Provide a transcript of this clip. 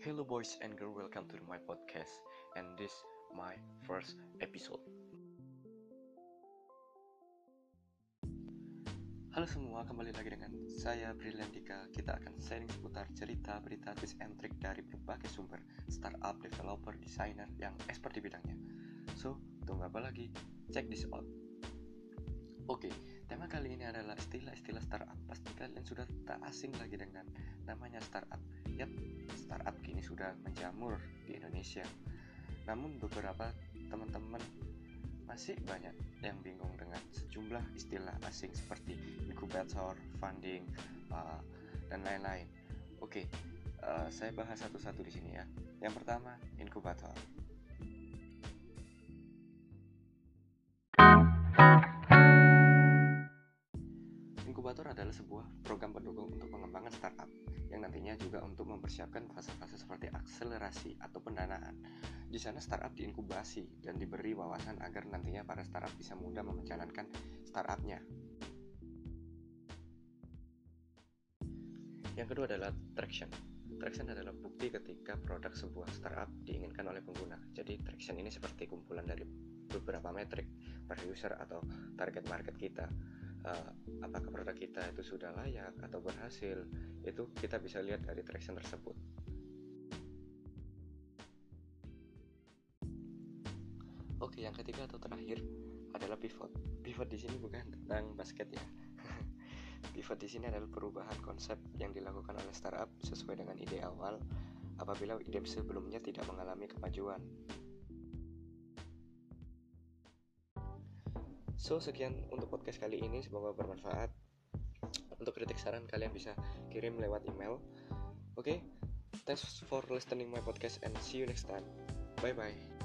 Hello boys and girls, welcome to my podcast and this my first episode. Halo semua, kembali lagi dengan saya Brilliantika. Kita akan sharing seputar cerita, berita, tips and trik dari berbagai sumber startup, developer, designer yang expert di bidangnya. So, tunggu apa lagi? Check this out. Oke, tema kali ini adalah istilah-istilah startup. Pasti kalian sudah tak asing lagi dengan namanya startup. Yap, startup kini sudah menjamur di Indonesia. Namun beberapa teman-teman masih banyak yang bingung dengan sejumlah istilah asing seperti inkubator, funding, dan lain-lain. Oke, saya bahas satu-satu di sini ya. Yang pertama, inkubator. Inkubator adalah sebuah program pendukung untuk pengembangan startup yang nantinya juga untuk mempersiapkan fase-fase seperti akselerasi atau pendanaan. Di sana startup diinkubasi dan diberi wawasan agar nantinya para startup bisa mudah menjalankan startupnya. Yang kedua adalah traction. Traction adalah bukti ketika produk sebuah startup diinginkan oleh pengguna. Jadi traction ini seperti kumpulan dari beberapa metrik per user atau target market kita. Apakah produk kita itu sudah layak atau berhasil, itu kita bisa lihat dari traction tersebut. Oke, yang ketiga atau terakhir adalah pivot. Pivot di sini bukan tentang basket ya. Pivot di sini adalah perubahan konsep yang dilakukan oleh startup sesuai dengan ide awal apabila ide sebelumnya tidak mengalami kemajuan. So, sekian untuk podcast kali ini, semoga bermanfaat. Untuk kritik saran kalian bisa kirim lewat email. Oke, thanks for listening my podcast and see you next time. Bye bye.